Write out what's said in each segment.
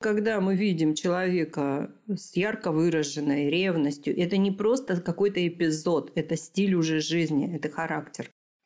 Когда мы видим человека с ярко выраженной ревностью, это не просто какой-то эпизод, это стиль уже жизни, это характер.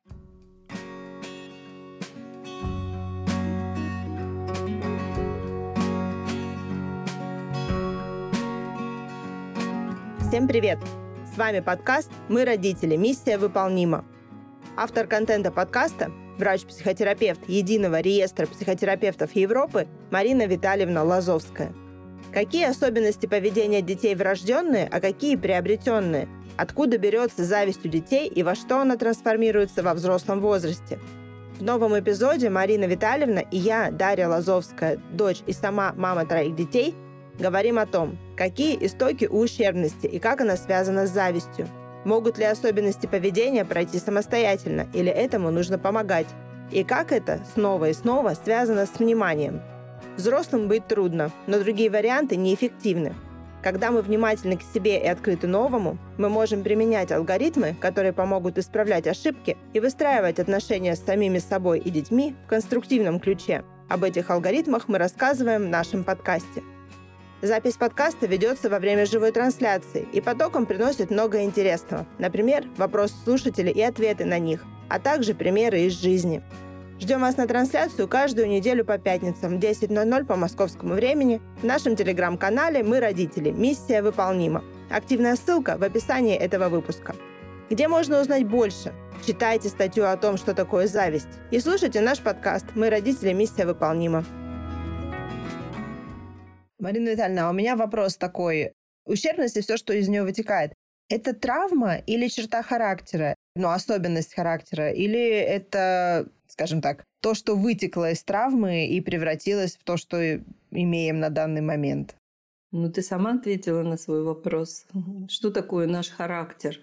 Всем привет! С вами подкаст «Мы родители. Миссия выполнима». Автор контента подкаста – врач-психотерапевт Единого реестра психотерапевтов Европы Марина Витальевна Лазовская. Какие особенности поведения детей врожденные, а какие приобретенные? Откуда берется зависть у детей и во что она трансформируется во взрослом возрасте? В новом эпизоде Марина Витальевна и я, Дарья Лазовская, дочь и сама мама 3 детей, говорим о том, какие истоки у ущербности и как она связана с завистью. Могут ли особенности поведения пройти самостоятельно или этому нужно помогать? И как это снова и снова связано с вниманием? Взрослым быть трудно, но другие варианты неэффективны. Когда мы внимательны к себе и открыты новому, мы можем применять алгоритмы, которые помогут исправлять ошибки и выстраивать отношения с самими собой и детьми в конструктивном ключе. Об этих алгоритмах мы рассказываем в нашем подкасте. Запись подкаста ведется во время живой трансляции и потоком приносит много интересного. Например, вопросы слушателей и ответы на них, а также примеры из жизни. Ждем вас на трансляцию каждую неделю по пятницам в 10:00 по московскому времени в нашем телеграм-канале «Мы родители. Миссия выполнима». Активная ссылка в описании этого выпуска. Где можно узнать больше? Читайте статью о том, что такое зависть, и слушайте наш подкаст «Мы родители. Миссия выполнима». Марина Витальевна, у меня вопрос такой. Ущербность и все, что из нее вытекает, это травма или черта характера? Особенность характера? Или это, скажем так, то, что вытекло из травмы и превратилось в то, что имеем на данный момент? Ты сама ответила на свой вопрос. Что такое наш характер?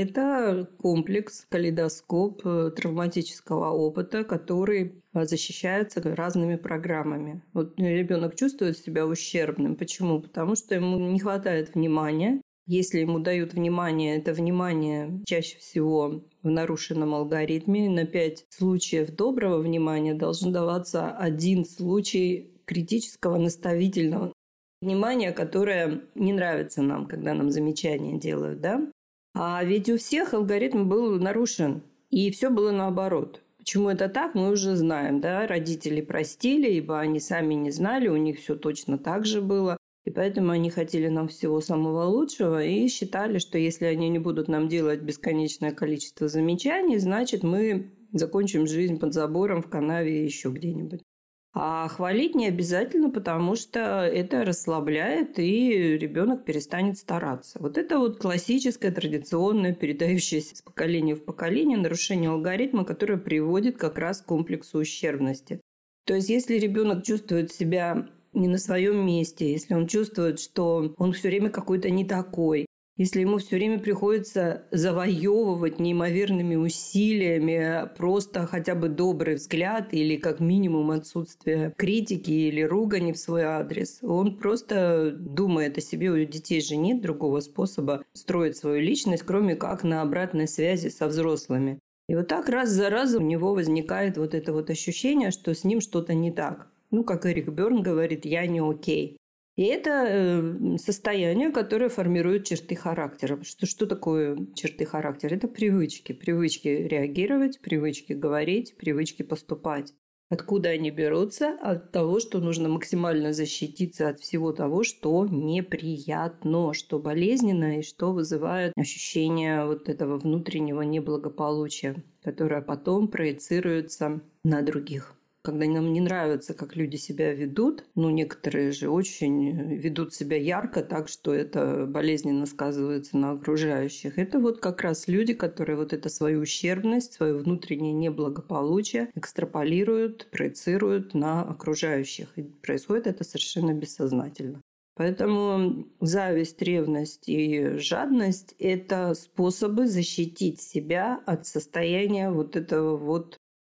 Это комплекс, калейдоскоп травматического опыта, который защищается разными программами. Ребенок чувствует себя ущербным. Почему? Потому что ему не хватает внимания. Если ему дают внимание, это внимание чаще всего в нарушенном алгоритме. На 5 случаев доброго внимания должен даваться 1 случай критического, наставительного внимания, которое не нравится нам, когда нам замечания делают, да? А ведь у всех алгоритм был нарушен, и все было наоборот. Почему это так, мы уже знаем, да? Родители простили, ибо они сами не знали, у них все точно так же было. И поэтому они хотели нам всего самого лучшего и считали, что если они не будут нам делать бесконечное количество замечаний, значит, мы закончим жизнь под забором, в канаве и еще где-нибудь. А хвалить не обязательно, потому что это расслабляет, и ребенок перестанет стараться. Это классическое, традиционное, передающееся с поколения в поколение нарушение алгоритма, которое приводит как раз к комплексу ущербности. То есть, если ребенок чувствует себя не на своем месте, если он чувствует, что он все время какой-то не такой, если ему все время приходится завоевывать неимоверными усилиями просто хотя бы добрый взгляд или как минимум отсутствие критики или ругани в свой адрес, он просто думает о себе, у детей же нет другого способа строить свою личность, кроме как на обратной связи со взрослыми. И так раз за разом у него возникает это ощущение, что с ним что-то не так. Как Эрик Берн говорит, я не окей. И это состояние, которое формирует черты характера. Что такое черты характера? Это привычки. Привычки реагировать, привычки говорить, привычки поступать. Откуда они берутся? От того, что нужно максимально защититься от всего того, что неприятно, что болезненно и что вызывает ощущение этого внутреннего неблагополучия, которое потом проецируется на других. Когда нам не нравится, как люди себя ведут, некоторые же очень ведут себя ярко так, что это болезненно сказывается на окружающих. Это как раз люди, которые эту свою ущербность, свое внутреннее неблагополучие экстраполируют, проецируют на окружающих. И происходит это совершенно бессознательно. Поэтому зависть, ревность и жадность – это способы защитить себя от состояния этого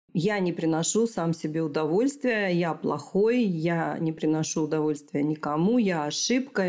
я не приношу сам себе удовольствия, я плохой, я не приношу удовольствия никому, я ошибка.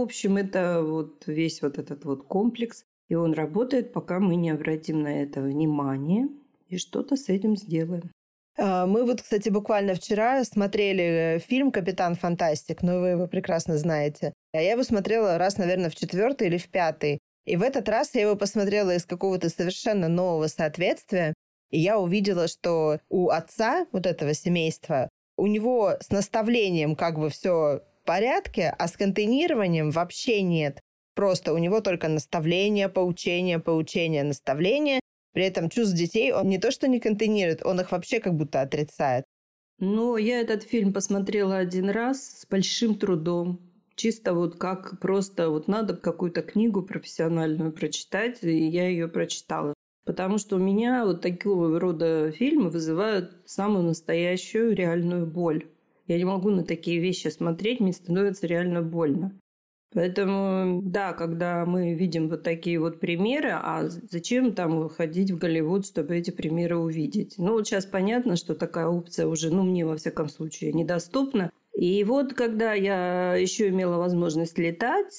Это весь этот комплекс. И он работает, пока мы не обратим на это внимание и что-то с этим сделаем. Мы вот, кстати, буквально вчера смотрели фильм «Капитан Фантастик», но вы его прекрасно знаете. А я его смотрела раз, наверное, в 4-й или в 5-й. И в этот раз я его посмотрела из какого-то совершенно нового соответствия. И я увидела, что у отца вот этого семейства, у него с наставлением как бы все в порядке, а с контейнированием вообще нет. Просто у него только наставление, поучение, наставление. При этом чувств детей он не то что не контейнирует, он их вообще как будто отрицает. Ну, я этот фильм посмотрела один раз с большим трудом. Чисто вот как просто вот надо какую-то книгу профессиональную прочитать, и я ее прочитала. Потому что у меня вот такого рода фильмы вызывают самую настоящую реальную боль. Я не могу на такие вещи смотреть, мне становится реально больно. Поэтому, да, когда мы видим вот такие вот примеры, а зачем там ходить в Голливуд, чтобы эти примеры увидеть? Ну, вот сейчас понятно, что такая опция уже, ну, мне, во всяком случае, недоступна. И вот, когда я еще имела возможность летать,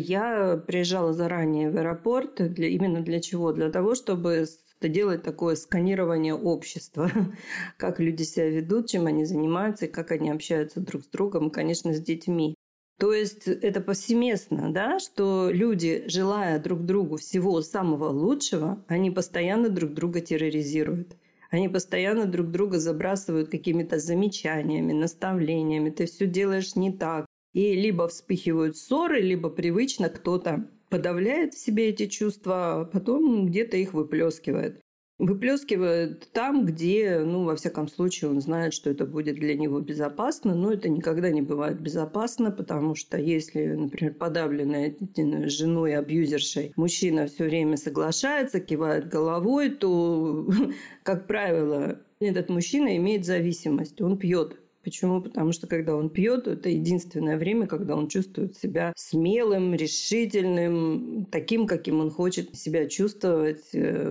я приезжала заранее в аэропорт. Именно для чего? Для того, чтобы делать такое сканирование общества, как люди себя ведут, чем они занимаются, и как они общаются друг с другом, и, конечно, с детьми. То есть это повсеместно, да, что люди, желая друг другу всего самого лучшего, они постоянно друг друга терроризируют. Они постоянно друг друга забрасывают какими-то замечаниями, наставлениями. Ты все делаешь не так. И либо вспыхивают ссоры, либо привычно кто-то подавляет в себе эти чувства, а потом где-то их выплескивает. Выплескивает там, где, ну, во всяком случае, он знает, что это будет для него безопасно, но это никогда не бывает безопасно, потому что если, например, подавленная женой, абьюзершей, мужчина все время соглашается, кивает головой, то, как правило, этот мужчина имеет зависимость, он пьет. Почему? Потому что когда он пьет, это единственное время, когда он чувствует себя смелым, решительным, таким, каким он хочет себя чувствовать,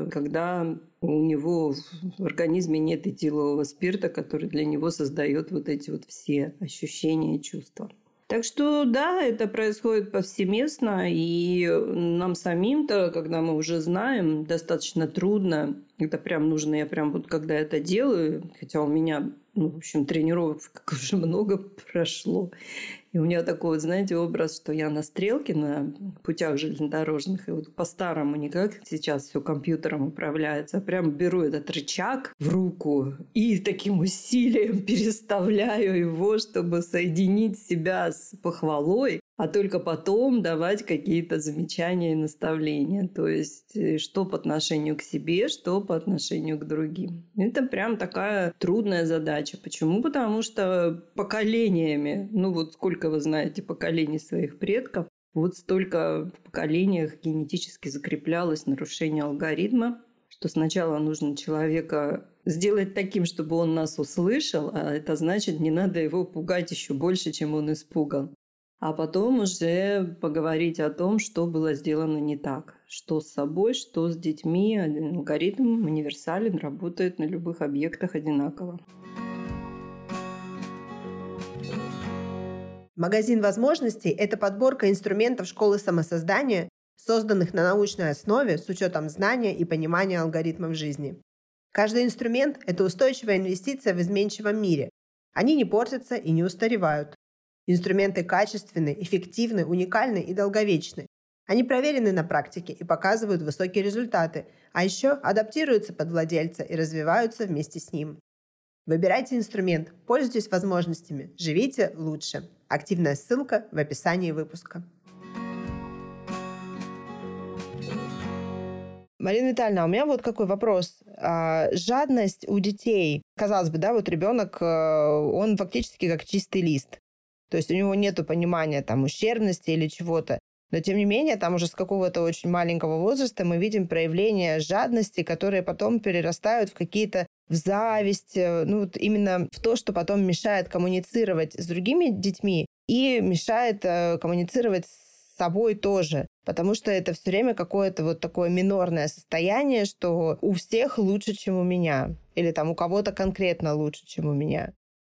когда у него в организме нет этилового спирта, который для него создает вот эти вот все ощущения и чувства. Так что да, это происходит повсеместно, и нам самим-то, когда мы уже знаем, достаточно трудно. Это прям нужно, я прям вот когда это делаю, хотя у меня, ну, в общем, тренировок уже много прошло. И у меня такой, вот, знаете, образ, что я на стрелке на путях железнодорожных, и вот по-старому не как сейчас все компьютером управляется, а прям беру этот рычаг в руку и таким усилием переставляю его, чтобы соединить себя с похвалой, а только потом давать какие-то замечания и наставления. То есть что по отношению к себе, что по отношению к другим. Это прям такая трудная задача. Почему? Потому что поколениями, ну вот сколько вы знаете поколений своих предков, вот столько в поколениях генетически закреплялось нарушение алгоритма, что сначала нужно человека сделать таким, чтобы он нас услышал, а это значит, не надо его пугать еще больше, чем он испуган. А потом уже поговорить о том, что было сделано не так. Что с собой, что с детьми. Алгоритм универсален, работает на любых объектах одинаково. Магазин возможностей – это подборка инструментов школы самосоздания, созданных на научной основе с учетом знания и понимания алгоритмов жизни. Каждый инструмент – это устойчивая инвестиция в изменчивом мире. Они не портятся и не устаревают. Инструменты качественны, эффективны, уникальны и долговечны. Они проверены на практике и показывают высокие результаты, а еще адаптируются под владельца и развиваются вместе с ним. Выбирайте инструмент, пользуйтесь возможностями, живите лучше. Активная ссылка в описании выпуска. Марина Витальевна, у меня вот какой вопрос. Жадность у детей. Казалось бы, да, вот ребенок, он фактически как чистый лист. То есть у него нет понимания там ущербности или чего-то. Но тем не менее, там уже с какого-то очень маленького возраста мы видим проявления жадности, которые потом перерастают в какие-то в зависть, ну вот именно в то, что потом мешает коммуницировать с другими детьми и мешает коммуницировать с собой тоже. Потому что это все время какое-то вот такое минорное состояние, что у всех лучше, чем у меня. Или там у кого-то конкретно лучше, чем у меня.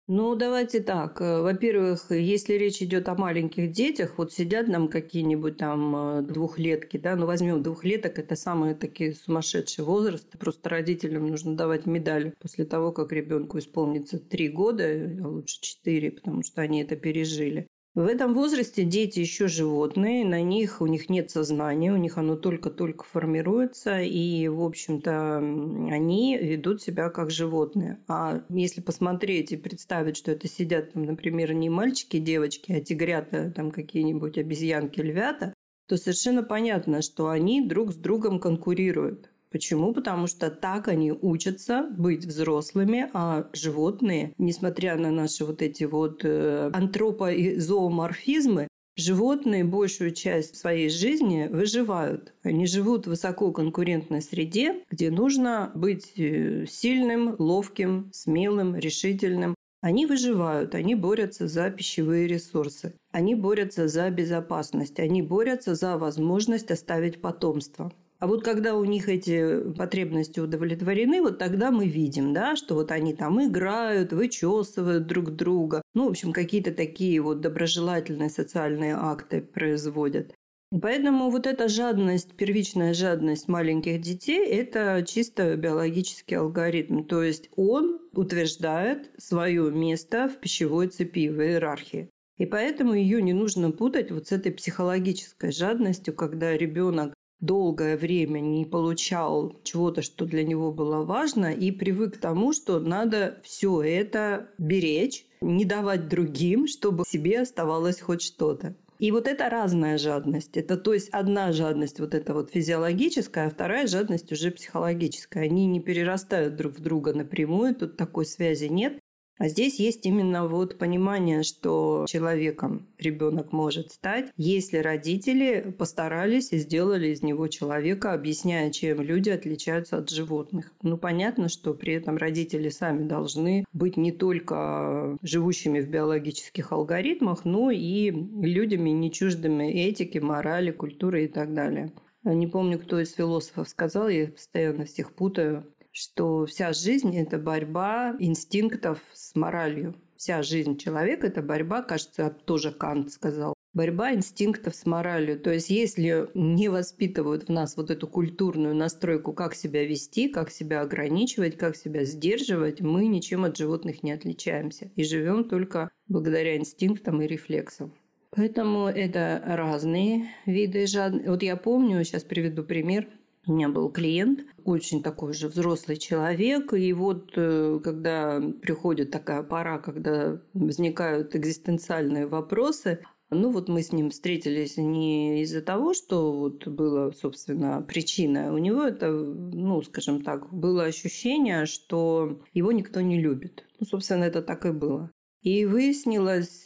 Ну, давайте так. Во-первых, если речь идет о маленьких детях, вот сидят нам какие-нибудь там двухлетки, да, ну возьмем двухлеток, это самые такие сумасшедшие возрасты. Просто родителям нужно давать медаль после того, как ребенку исполнится 3 года, а лучше 4, потому что они это пережили. В этом возрасте дети еще животные, у них нет сознания, у них оно только-только формируется, и, в общем-то, они ведут себя как животные. А если посмотреть и представить, что это сидят, там, например, не мальчики, девочки, а тигрята, там какие-нибудь обезьянки, львята, то совершенно понятно, что они друг с другом конкурируют. Почему? Потому что так они учатся быть взрослыми, а животные, несмотря на наши вот эти вот антропо- и зооморфизмы, животные большую часть своей жизни выживают. Они живут в высококонкурентной среде, где нужно быть сильным, ловким, смелым, решительным. Они выживают, они борются за пищевые ресурсы, они борются за безопасность, они борются за возможность оставить потомство. А вот когда у них эти потребности удовлетворены, вот тогда мы видим, да, что вот они там играют, вычесывают друг друга. Ну, в общем, какие-то такие вот доброжелательные социальные акты производят. Поэтому вот эта жадность, первичная жадность маленьких детей – это чисто биологический алгоритм. То есть он утверждает свое место в пищевой цепи, в иерархии. И поэтому ее не нужно путать вот с этой психологической жадностью, когда ребенок долгое время не получал чего-то, что для него было важно, и привык к тому, что надо все это беречь, не давать другим, чтобы себе оставалось хоть что-то. И вот это разная жадность. Это, то есть, одна жадность вот эта вот физиологическая, а вторая жадность уже психологическая. Они не перерастают друг в друга напрямую, тут такой связи нет. А здесь есть именно вот понимание, что человеком ребенок может стать, если родители постарались и сделали из него человека, объясняя, чем люди отличаются от животных. Ну, понятно, что при этом родители сами должны быть не только живущими в биологических алгоритмах, но и людьми, не чуждыми этики, морали, культуры и так далее. Не помню, кто из философов сказал, я их постоянно всех путаю, что вся жизнь – это борьба инстинктов с моралью. Вся жизнь человека – это борьба, кажется, тоже Кант сказал, борьба инстинктов с моралью. То есть если не воспитывают в нас вот эту культурную настройку, как себя вести, как себя ограничивать, как себя сдерживать, мы ничем от животных не отличаемся и живем только благодаря инстинктам и рефлексам. Поэтому это разные виды жадности. Вот я помню, сейчас приведу пример. У меня был клиент, очень такой же взрослый человек, и вот когда приходит такая пора, когда возникают экзистенциальные вопросы, ну вот мы с ним встретились не из-за того, что вот было, собственно, причина. У него это, ну, скажем так, было ощущение, что его никто не любит. Ну, собственно, это так и было. И выяснилось,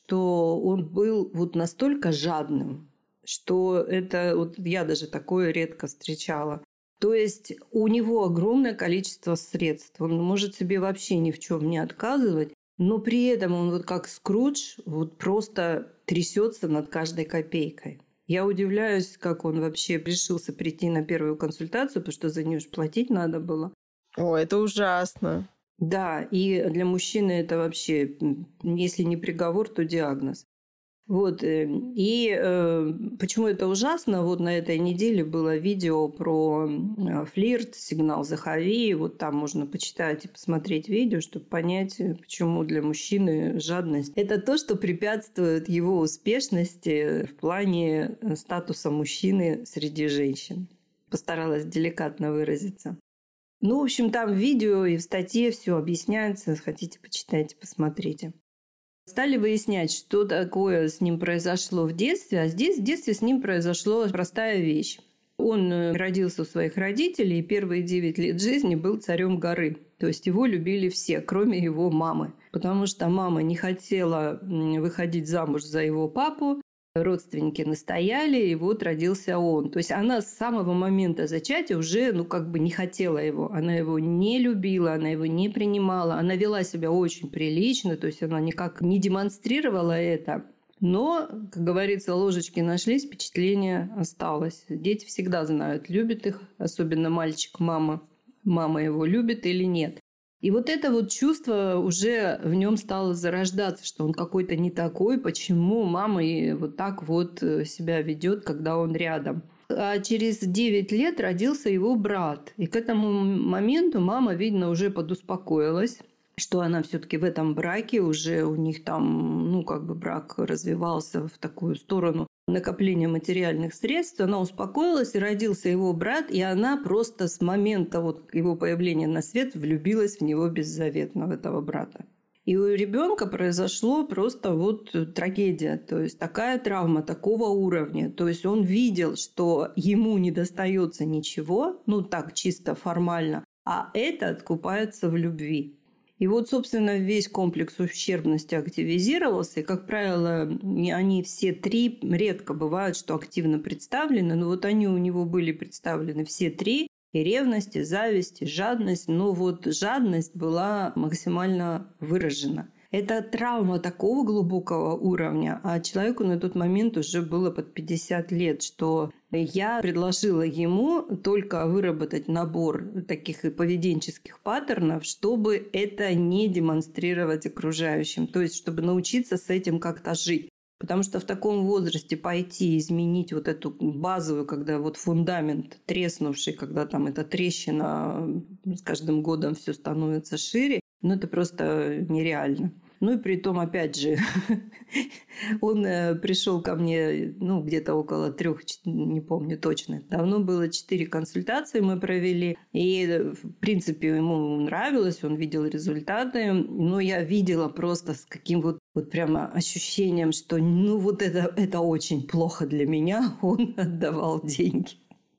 что он был вот настолько жадным, что это вот я даже такое редко встречала. То есть у него огромное количество средств. Он может себе вообще ни в чем не отказывать, но при этом он вот как Скрудж вот просто трясется над каждой копейкой. Я удивляюсь, как он вообще решился прийти на первую консультацию, потому что за нее же платить надо было. О, это ужасно. Да, и для мужчины это вообще, если не приговор, то диагноз. Вот. И почему это ужасно? Вот на этой неделе было видео про флирт, сигнал «Захави». Вот там можно почитать и посмотреть видео, чтобы понять, почему для мужчины жадность – это то, что препятствует его успешности в плане статуса мужчины среди женщин. Постаралась деликатно выразиться. Ну, в общем, там в видео и в статье все объясняется. Хотите, почитайте, посмотрите. Стали выяснять, что такое с ним произошло в детстве. А здесь в детстве с ним произошла простая вещь. Он родился у своих родителей и первые 9 лет жизни был царем горы. То есть его любили все, кроме его мамы. Потому что мама не хотела выходить замуж за его папу. Родственники настояли, и вот родился он. То есть она с самого момента зачатия уже, не хотела его. Она его не любила, она его не принимала. Она вела себя очень прилично, то есть она никак не демонстрировала это. Но, как говорится, ложечки нашлись, впечатление осталось. Дети всегда знают, любит их, особенно мальчик, мама его любит или нет. И вот это вот чувство уже в нем стало зарождаться, что он какой-то не такой, почему мама и вот так вот себя ведет, когда он рядом. А через 9 лет родился его брат. И к этому моменту мама, видно, уже подуспокоилась, что она все-таки в этом браке, уже у них там, брак развивался в такую сторону накопления материальных средств. Она успокоилась, и родился его брат, и она просто с момента вот его появления на свет влюбилась в него беззаветно, в этого брата. И у ребенка произошло просто вот трагедия, то есть такая травма такого уровня. То есть он видел, что ему не достается ничего, так чисто формально, а этот купается в любви. И вот, собственно, весь комплекс ущербности активизировался. И, как правило, они все три, редко бывают, что активно представлены, но вот они у него были представлены все три. И ревность, и зависть, и жадность. Но вот жадность была максимально выражена. Это травма такого глубокого уровня, а человеку на тот момент уже было под 50 лет, что я предложила ему только выработать набор таких поведенческих паттернов, чтобы это не демонстрировать окружающим, то есть чтобы научиться с этим как-то жить. Потому что в таком возрасте пойти изменить вот эту базовую, когда вот фундамент треснувший, когда там эта трещина с каждым годом все становится шире, это просто нереально. И при том, опять же, он пришел ко мне, где-то около 3, не помню точно. Давно было 4 консультации мы провели. И, в принципе, ему нравилось, он видел результаты. Но я видела просто с каким вот прямо ощущением, что это очень плохо для меня. Он отдавал деньги.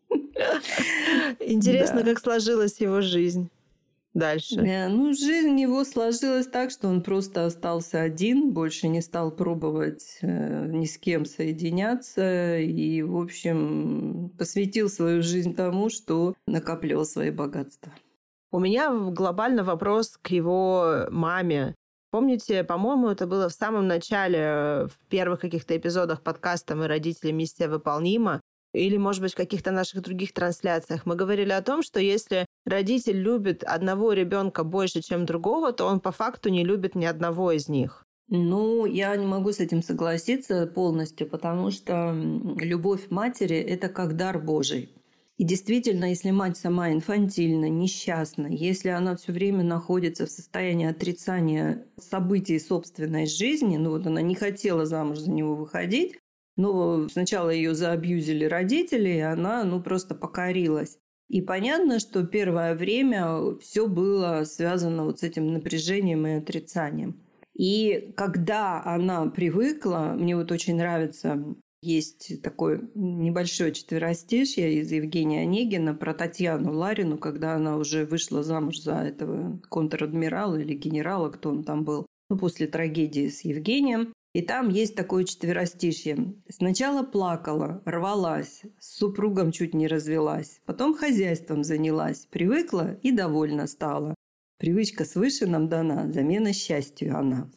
Интересно, как сложилась его жизнь дальше. Жизнь его сложилась так, что он просто остался один, больше не стал пробовать ни с кем соединяться и, в общем, посвятил свою жизнь тому, что накапливал свои богатства. У меня глобальный вопрос к его маме. Помните, по-моему, это было в самом начале, в первых каких-то эпизодах подкаста «Мы родители. Миссия выполнима», или, может быть, в каких-то наших других трансляциях. Мы говорили о том, что если родитель любит одного ребенка больше, чем другого, то он по факту не любит ни одного из них. Я не могу с этим согласиться полностью, потому что любовь матери – это как дар Божий. И действительно, если мать сама инфантильна, несчастна, если она все время находится в состоянии отрицания событий собственной жизни, она не хотела замуж за него выходить, но сначала ее заабьюзили родители, и она просто покорилась. И понятно, что первое время все было связано с этим напряжением и отрицанием. И когда она привыкла, мне очень нравится, есть такое небольшое четверостишье из Евгения Онегина про Татьяну Ларину, когда она уже вышла замуж за этого контр-адмирала или генерала, кто он там был, после трагедии с Евгением. И там есть такое четверостишье. Сначала плакала, рвалась, с супругом чуть не развелась, потом хозяйством занялась, привыкла и довольна стала. Привычка свыше нам дана, замена счастью она.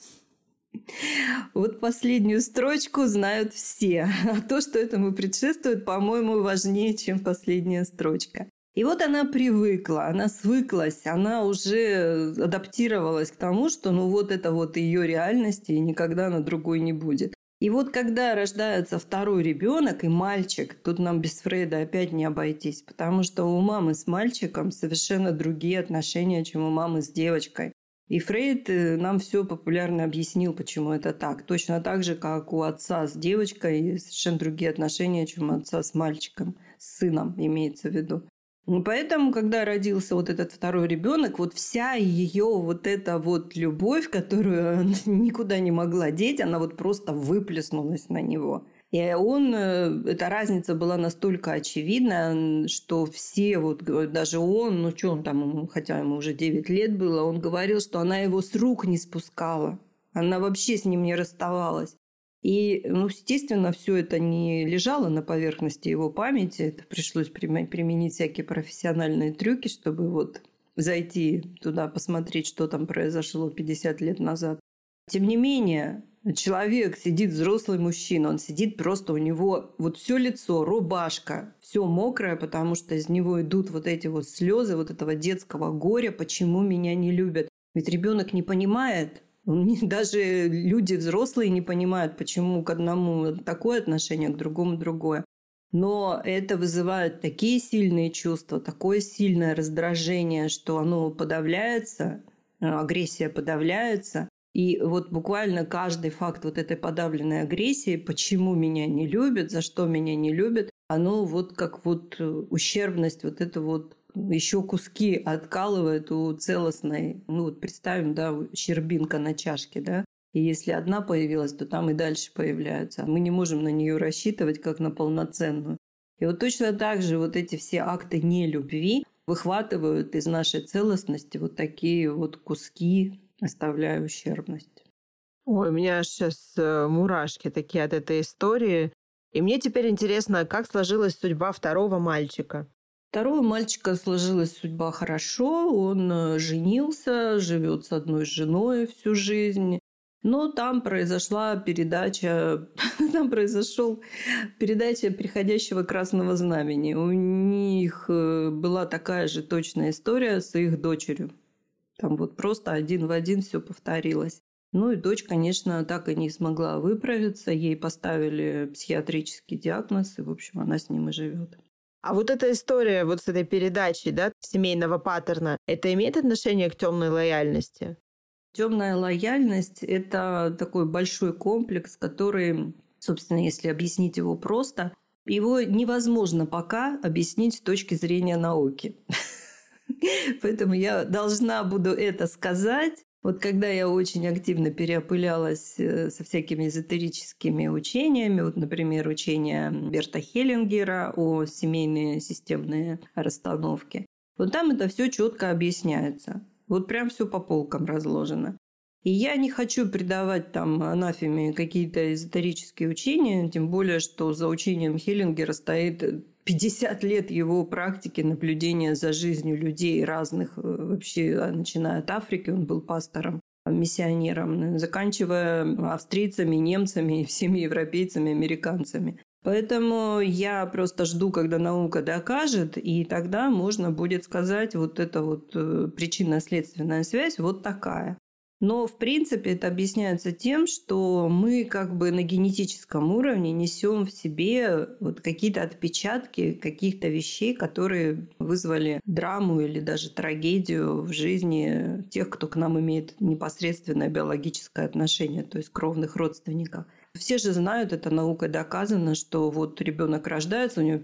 Вот последнюю строчку знают все. А то, что этому предшествует, по-моему, важнее, чем последняя строчка. И вот она привыкла, она свыклась, она уже адаптировалась к тому, что это ее реальность, и никогда она другой не будет. И вот когда рождается второй ребенок и мальчик, тут нам без Фрейда опять не обойтись, потому что у мамы с мальчиком совершенно другие отношения, чем у мамы с девочкой. И Фрейд нам все популярно объяснил, почему это так. Точно так же, как у отца с девочкой совершенно другие отношения, чем у отца с мальчиком, с сыном имеется в виду. Поэтому, когда родился этот второй ребенок, вся ее эта любовь, которую она никуда не могла деть, она просто выплеснулась на него. И эта разница была настолько очевидна, что все, даже он, хотя ему уже 9 лет было, он говорил, что она его с рук не спускала. Она вообще с ним не расставалась. И, естественно, все это не лежало на поверхности его памяти. Это пришлось применить всякие профессиональные трюки, чтобы зайти туда, посмотреть, что там произошло 50 лет назад. Тем не менее, Человек сидит, взрослый мужчина, он сидит просто, у него вот все лицо, рубашка, все мокрое, потому что из него идут вот эти вот слезы, вот этого детского горя, почему меня не любят. Ведь ребенок не понимает, даже люди взрослые не понимают, почему к одному такое отношение, к другому другое. Но это вызывает такие сильные чувства, такое сильное раздражение, что оно подавляется, агрессия подавляется. И вот буквально каждый факт вот этой подавленной агрессии, почему меня не любят, за что меня не любят, оно вот как вот ущербность, вот это вот еще куски откалывает у целостной, ну вот представим, да, щербинка на чашке, да, и если одна появилась, то там и дальше появляются. Мы не можем на нее рассчитывать как на полноценную. И вот точно так же вот эти все акты нелюбви выхватывают из нашей целостности вот такие вот куски, оставляя ущербность. Ой, у меня сейчас мурашки такие от этой истории. И мне теперь интересно, как сложилась судьба второго мальчика. Второго мальчика сложилась судьба хорошо. Он женился, живет с одной женой всю жизнь. Но там произошла передача, передача приходящего красного знамени. У них была такая же точная история с их дочерью. Там вот просто один в один все повторилось. Ну и дочь, конечно, так и не смогла выправиться. Ей поставили психиатрический диагноз, и, в общем, она с ним и живет. А вот эта история вот с этой передачей, да, семейного паттерна, это имеет отношение к темной лояльности? Темная лояльность – это такой большой комплекс, который, собственно, если объяснить его просто, его невозможно пока объяснить с точки зрения науки. Поэтому я должна буду это сказать. Вот когда я очень активно переопылялась со всякими эзотерическими учениями, вот, например, учение Берта Хеллингера о семейной системной расстановке, вот там это все четко объясняется. Вот прям все по полкам разложено. И я не хочу придавать там анафеме какие-то эзотерические учения, тем более, что за учением Хеллингера стоит 50 лет его практики наблюдения за жизнью людей разных, вообще, начиная от Африки, он был пастором, миссионером, заканчивая австрийцами, немцами и всеми европейцами, американцами. Поэтому я просто жду, когда наука докажет, и тогда можно будет сказать, вот эта вот причинно-следственная связь вот такая. Но, в принципе, это объясняется тем, что мы как бы на генетическом уровне несем в себе вот какие-то отпечатки каких-то вещей, которые вызвали драму или даже трагедию в жизни тех, кто к нам имеет непосредственное биологическое отношение, то есть кровных родственников. Все же знают, это наукой доказано, что вот ребенок рождается, у него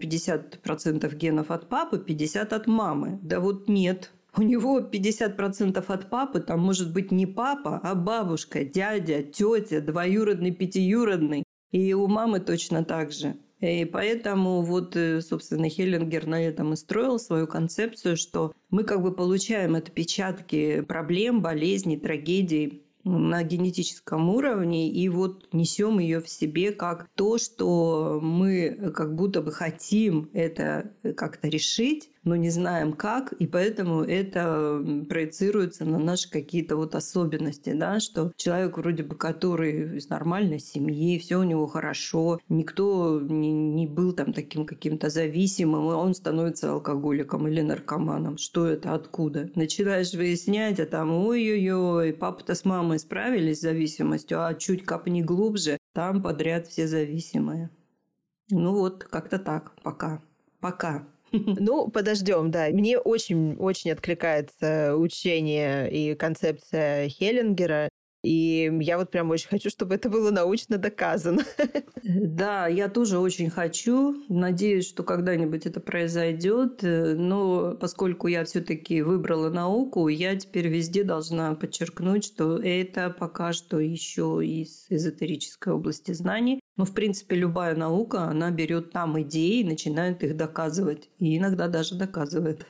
50% генов от папы, 50% от мамы. Да вот нет. У него 50% от папы, там может быть не папа, а бабушка, дядя, тетя, двоюродный, пятиюродный. И у мамы точно так же. И поэтому вот, собственно, Хеллингер на этом и строил свою концепцию, что мы как бы получаем отпечатки проблем, болезней, трагедий на генетическом уровне, и вот несем ее в себе как то, что мы как будто бы хотим это как-то решить, но не знаем как, и поэтому это проецируется на наши какие-то вот особенности, да, что человек вроде бы, который из нормальной семьи, все у него хорошо, никто не был там таким каким-то зависимым, и он становится алкоголиком или наркоманом. Что это, откуда? Начинаешь выяснять, а там ой-ой-ой, папа-то с мамой справились с зависимостью, а чуть копни глубже, там подряд все зависимые. Ну вот, как-то так, пока. Ну, подождем, да. Мне очень откликается учение и концепция Хеллингера. И я вот прям очень хочу, чтобы это было научно доказано. Да, я тоже очень хочу. Надеюсь, что когда-нибудь это произойдет. Но поскольку я все-таки выбрала науку, я теперь везде должна подчеркнуть, что это пока что еще из эзотерической области знаний. Но, в принципе, любая наука, она берет там идеи и начинает их доказывать. И иногда даже доказывает.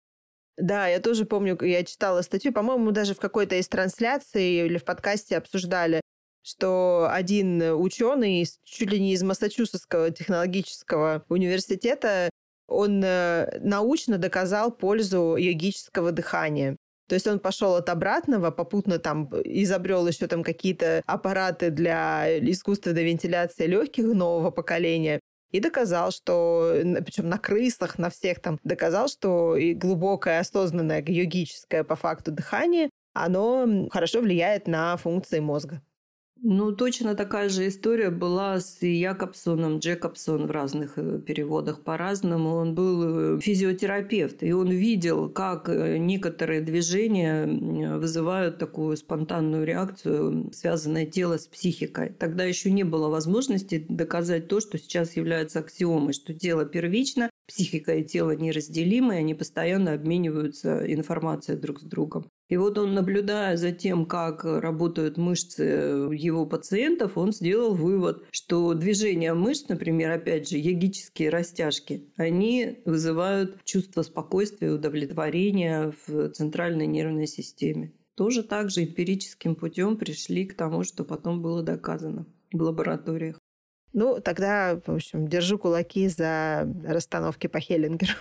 Да, я тоже помню, я читала статью, по-моему, даже в какой-то из трансляций или в подкасте обсуждали, что один ученый чуть ли не из Массачусетского технологического университета, он научно доказал пользу йогического дыхания. То есть он пошел от обратного, попутно там изобрел еще там какие-то аппараты для искусственной вентиляции легких нового поколения. И доказал, что, причем на крысах, на всех там, доказал, что и глубокое, осознанное, йогическое по факту дыхание, оно хорошо влияет на функции мозга. Ну, точно такая же история была с Якобсоном. Джекобсон в разных переводах по-разному. Он был физиотерапевт, и он видел, как некоторые движения вызывают такую спонтанную реакцию, связанное тело с психикой. Тогда еще не было возможности доказать то, что сейчас является аксиомой, что тело первично, психика и тело неразделимы, они постоянно обмениваются информацией друг с другом. И вот он, наблюдая за тем, как работают мышцы его пациентов, он сделал вывод, что движения мышц, например, опять же, йогические растяжки, они вызывают чувство спокойствия и удовлетворения в центральной нервной системе. Тоже так же эмпирическим путем пришли к тому, что потом было доказано в лабораториях. Ну, тогда, в общем, держу кулаки за расстановки по Хеллингеру.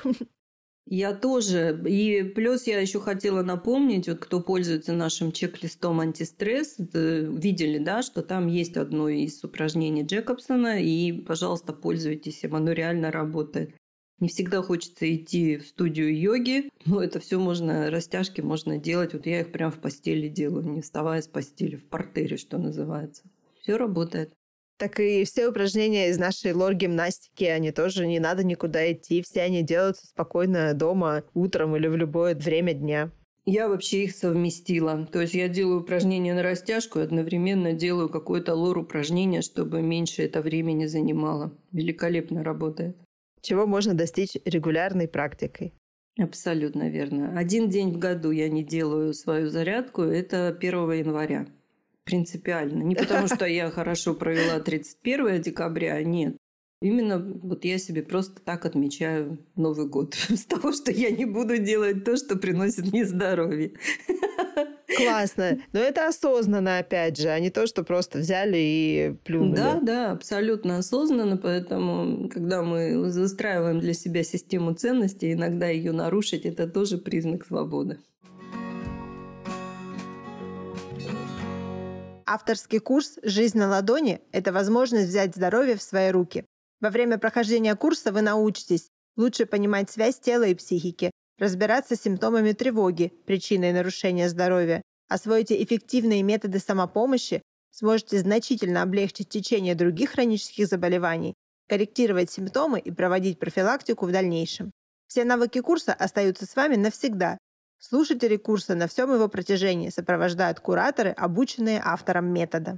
Я тоже. И плюс я еще хотела напомнить, вот кто пользуется нашим чек-листом антистресс, видели, да, что там есть одно из упражнений Джекобсона, и, пожалуйста, пользуйтесь им, оно реально работает. Не всегда хочется идти в студию йоги, но это все можно, растяжки можно делать. Вот я их прям в постели делаю, не вставая с постели, в партере, что называется. Все работает. Так и все упражнения из нашей лор-гимнастики, они тоже не надо никуда идти. Все они делаются спокойно дома, утром или в любое время дня. Я вообще их совместила. То есть я делаю упражнения на растяжку и одновременно делаю какое-то лор-упражнение, чтобы меньше это времени занимало. Великолепно работает. Чего можно достичь регулярной практикой. Абсолютно верно. Один день в году я не делаю свою зарядку, это 1 января. Принципиально. Не потому, что я хорошо провела 31 декабря, нет. Именно вот я себе просто так отмечаю Новый год. С того, что я не буду делать то, что приносит мне здоровье. Классно. Но это осознанно, опять же, а не то, что просто взяли и плюнули. Да, абсолютно осознанно. Поэтому, когда мы выстраиваем для себя систему ценностей, иногда ее нарушить – это тоже признак свободы. Авторский курс «Жизнь на ладони» – это возможность взять здоровье в свои руки. Во время прохождения курса вы научитесь лучше понимать связь тела и психики, разбираться с симптомами тревоги, причиной нарушения здоровья, освоите эффективные методы самопомощи, сможете значительно облегчить течение других хронических заболеваний, корректировать симптомы и проводить профилактику в дальнейшем. Все навыки курса остаются с вами навсегда. Слушатели курса на всем его протяжении сопровождают кураторы, обученные автором метода.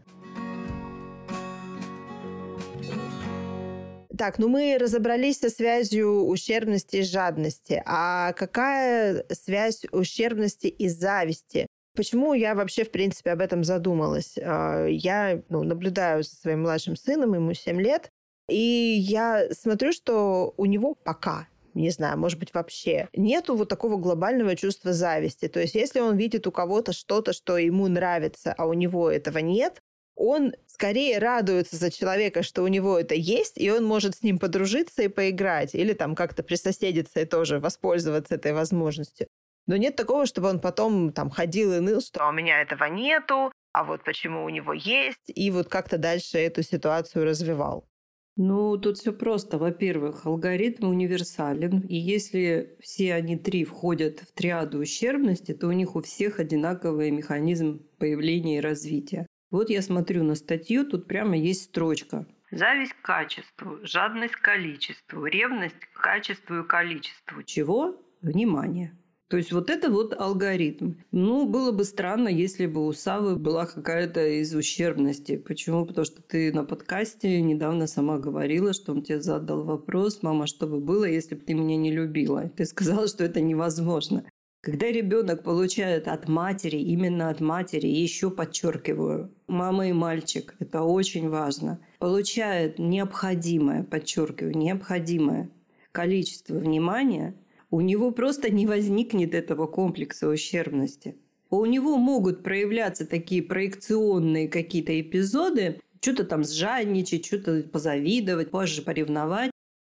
Так, мы разобрались со связью ущербности и жадности. А какая связь ущербности и зависти? Почему я вообще, в принципе, об этом задумалась? Я наблюдаю за своим младшим сыном, ему 7 лет, и я смотрю, что у него пока, не знаю, может быть, вообще нету вот такого глобального чувства зависти. То есть если он видит у кого-то что-то, что ему нравится, а у него этого нет, он скорее радуется за человека, что у него это есть, и он может с ним подружиться и поиграть, или там как-то присоседиться и тоже воспользоваться этой возможностью. Но нет такого, чтобы он потом там ходил и ныл, что у меня этого нету, а вот почему у него есть, и вот как-то дальше эту ситуацию развивал. Ну, тут все просто. Во-первых, алгоритм универсален, и если все они три входят в триаду ущербности, то у них у всех одинаковый механизм появления и развития. Вот я смотрю на статью, тут прямо есть строчка. Зависть к качеству, жадность к количеству, ревность к качеству и количеству. Чего? Внимание. То есть вот это вот алгоритм. Ну, было бы странно, если бы у Савы была какая-то из ущербности. Почему? Потому что ты на подкасте недавно сама говорила, что он тебе задал вопрос: «Мама, что бы было, если бы ты меня не любила?» Ты сказала, что это невозможно. Когда ребенок получает от матери, именно от матери, и еще подчеркиваю, мама и мальчик, это очень важно, получает необходимое, подчеркиваю, необходимое количество внимания, у него просто не возникнет этого комплекса ущербности. У него могут проявляться такие проекционные какие-то эпизоды, что-то там сжадничать, что-то позавидовать, позже поревновать.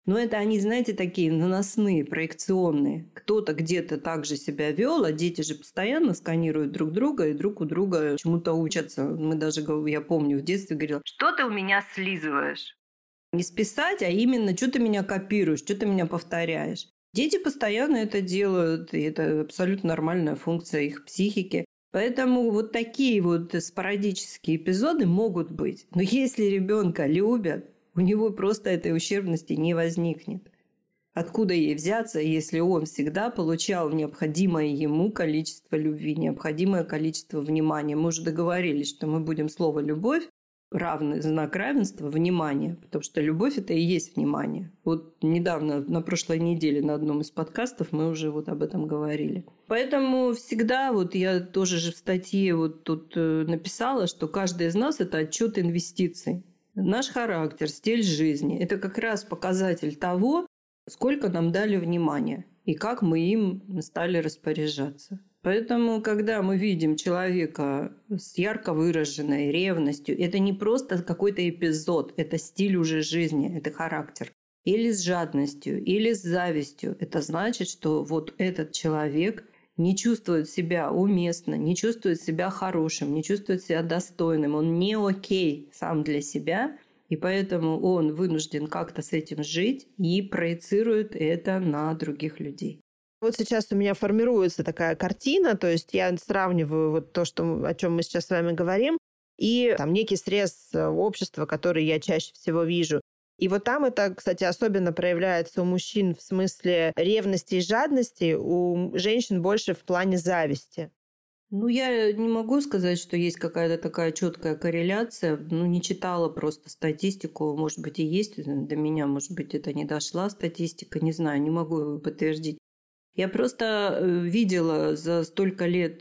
Но это они, знаете, такие наносные, проекционные. Кто-то где-то так же себя вел, а дети же постоянно сканируют друг друга и друг у друга чему-то учатся. Мы даже, я помню, в детстве говорила, что ты у меня слизываешь? Не списать, а именно, что ты меня копируешь, что ты меня повторяешь. Дети постоянно это делают, и это абсолютно нормальная функция их психики. Поэтому вот такие вот спорадические эпизоды могут быть. Но если ребенка любят, у него просто этой ущербности не возникнет. Откуда ей взяться, если он всегда получал необходимое ему количество любви, необходимое количество внимания? Мы уже договорились, что мы будем слово «любовь» равный знак равенства внимание, потому что любовь – это и есть внимание. Вот недавно, на прошлой неделе на одном из подкастов мы уже вот об этом говорили. Поэтому всегда, вот я тоже же в статье вот тут написала, что каждый из нас – это отчет инвестиций. Наш характер, стиль жизни – это как раз показатель того, сколько нам дали внимания и как мы им стали распоряжаться. Поэтому, когда мы видим человека с ярко выраженной ревностью, это не просто какой-то эпизод, это стиль уже жизни, это характер. Или с жадностью, или с завистью. Это значит, что вот этот человек не чувствует себя уместно, не чувствует себя хорошим, не чувствует себя достойным. Он не окей сам для себя, и поэтому он вынужден как-то с этим жить и проецирует это на других людей. Вот сейчас у меня формируется такая картина, то есть я сравниваю вот то, о чем мы сейчас с вами говорим, и там некий срез общества, который я чаще всего вижу. И вот там это, кстати, особенно проявляется у мужчин в смысле ревности и жадности, у женщин больше в плане зависти. Ну, я не могу сказать, что есть какая-то такая четкая корреляция. Не читала просто статистику. Может быть, и есть до меня, может быть, это не дошла статистика. Не знаю, не могу подтвердить. Я просто видела за столько лет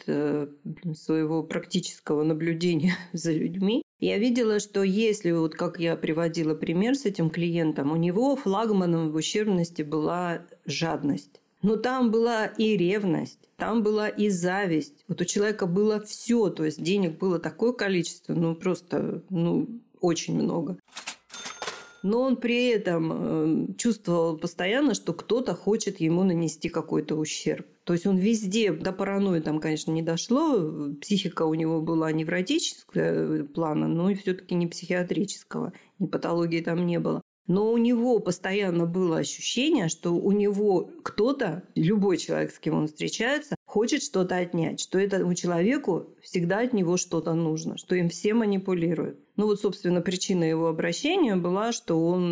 своего практического наблюдения за людьми, я видела, что если, вот как я приводила пример с этим клиентом, у него флагманом в ущербности была жадность. Но там была и ревность, там была и зависть. Вот у человека было все, то есть денег было такое количество, просто очень много. Но он при этом чувствовал постоянно, что кто-то хочет ему нанести какой-то ущерб. То есть он везде, до паранойи там, конечно, не дошло, психика у него была невротического плана, но и все-таки не психиатрического, ни патологии там не было. Но у него постоянно было ощущение, что у него кто-то, любой человек, с кем он встречается, хочет что-то отнять, что этому человеку всегда от него что-то нужно, что им все манипулируют. Собственно, причина его обращения была, что он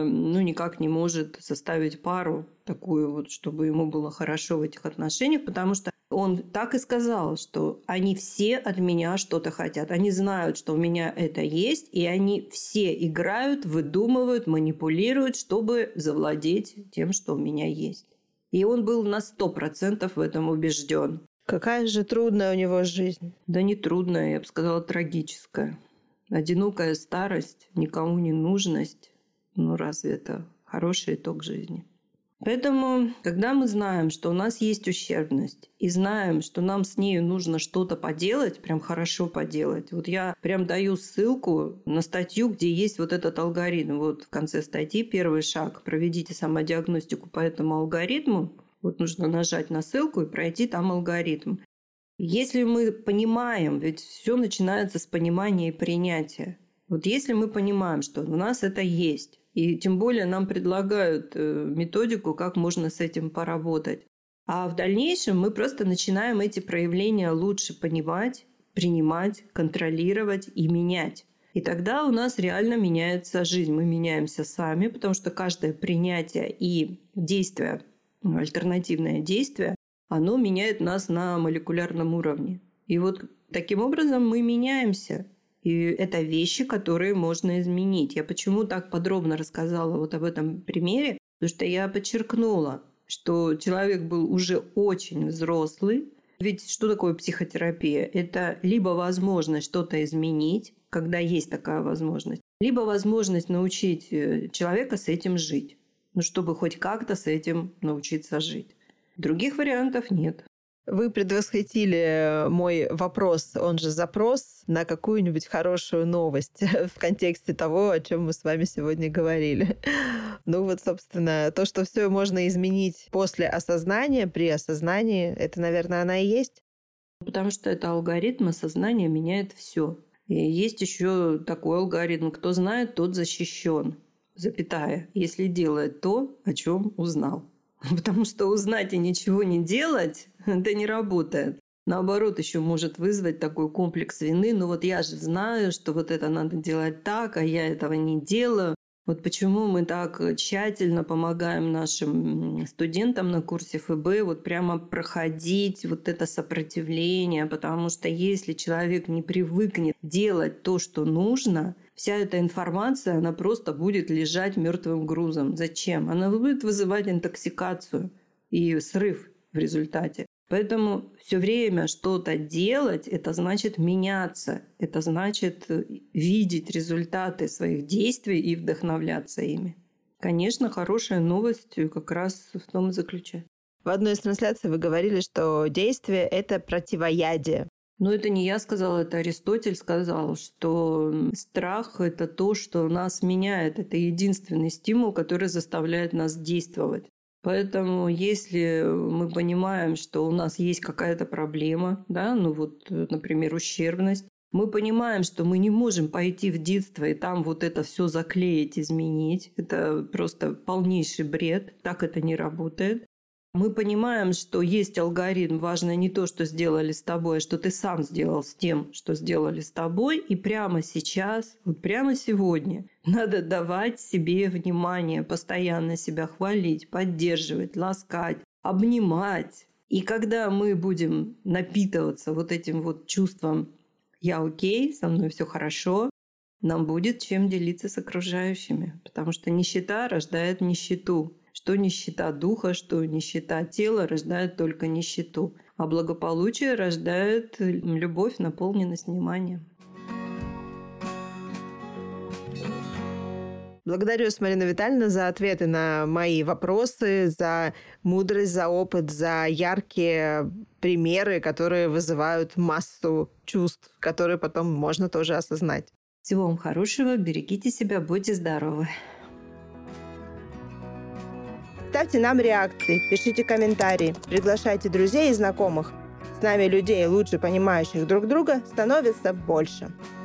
никак не может составить пару такую вот, чтобы ему было хорошо в этих отношениях, потому что он так и сказал, что они все от меня что-то хотят. Они знают, что у меня это есть, и они все играют, выдумывают, манипулируют, чтобы завладеть тем, что у меня есть. И он был на 100% в этом убежден. Какая же трудная у него жизнь. Да не трудная, я бы сказала, трагическая. Одинокая старость, никому не нужность. Разве это хороший итог жизни? Поэтому, когда мы знаем, что у нас есть ущербность, и знаем, что нам с ней нужно что-то поделать, прям хорошо поделать. Вот я прям даю ссылку на статью, где есть вот этот алгоритм. Вот в конце статьи первый шаг. Проведите самодиагностику по этому алгоритму. Вот нужно нажать на ссылку и пройти там алгоритм. Если мы понимаем, ведь все начинается с понимания и принятия. Вот если мы понимаем, что у нас это есть, и тем более нам предлагают методику, как можно с этим поработать. А в дальнейшем мы просто начинаем эти проявления лучше понимать, принимать, контролировать и менять. И тогда у нас реально меняется жизнь. Мы меняемся сами, потому что каждое принятие и действие, альтернативное действие, оно меняет нас на молекулярном уровне. И вот таким образом мы меняемся. И это вещи, которые можно изменить. Я почему так подробно рассказала вот об этом примере? Потому что я подчеркнула, что человек был уже очень взрослый. Ведь что такое психотерапия? Это либо возможность что-то изменить, когда есть такая возможность, либо возможность научить человека с этим жить. Чтобы хоть как-то с этим научиться жить. Других вариантов нет. Вы предвосхитили мой вопрос, он же запрос, на какую-нибудь хорошую новость в контексте того, о чем мы с вами сегодня говорили. Ну вот, собственно, то, что все можно изменить после осознания, при осознании, это, наверное, она и есть. Потому что это алгоритм, осознание меняет все. И есть еще такой алгоритм: кто знает, тот защищен. Запятая. Если делает то, о чем узнал. Потому что узнать и ничего не делать, это не работает. Наоборот, еще может вызвать такой комплекс вины. Ну вот я же знаю, что вот это надо делать так, а я этого не делаю. Вот почему мы так тщательно помогаем нашим студентам на курсе ФБ вот прямо проходить вот это сопротивление, потому что если человек не привыкнет делать то, что нужно, вся эта информация, она просто будет лежать мертвым грузом. Зачем? Она будет вызывать интоксикацию и срыв в результате. Поэтому все время что-то делать, это значит меняться, это значит видеть результаты своих действий и вдохновляться ими. Конечно, хорошая новость как раз в том и заключается. В одной из трансляций вы говорили, что действие – это противоядие. Но это не я сказала, это Аристотель сказал, что страх – это то, что нас меняет. Это единственный стимул, который заставляет нас действовать. Поэтому если мы понимаем, что у нас есть какая-то проблема, да, ну вот, например, ущербность, мы понимаем, что мы не можем пойти в детство и там вот это все заклеить, изменить. Это просто полнейший бред. Так это не работает. Мы понимаем, что есть алгоритм. Важно не то, что сделали с тобой, а что ты сам сделал с тем, что сделали с тобой. И прямо сейчас, вот прямо сегодня надо давать себе внимание, постоянно себя хвалить, поддерживать, ласкать, обнимать. И когда мы будем напитываться вот этим вот чувством «я окей, со мной все хорошо», нам будет чем делиться с окружающими. Потому что нищета рождает нищету. Что нищета духа, что нищета тела рождает только нищету. А благополучие рождает любовь, наполненность вниманием. Благодарю вас, Марина Витальевна, за ответы на мои вопросы, за мудрость, за опыт, за яркие примеры, которые вызывают массу чувств, которые потом можно тоже осознать. Всего вам хорошего, берегите себя, будьте здоровы. Ставьте нам реакции, пишите комментарии, приглашайте друзей и знакомых. С нами людей, лучше понимающих друг друга, становится больше.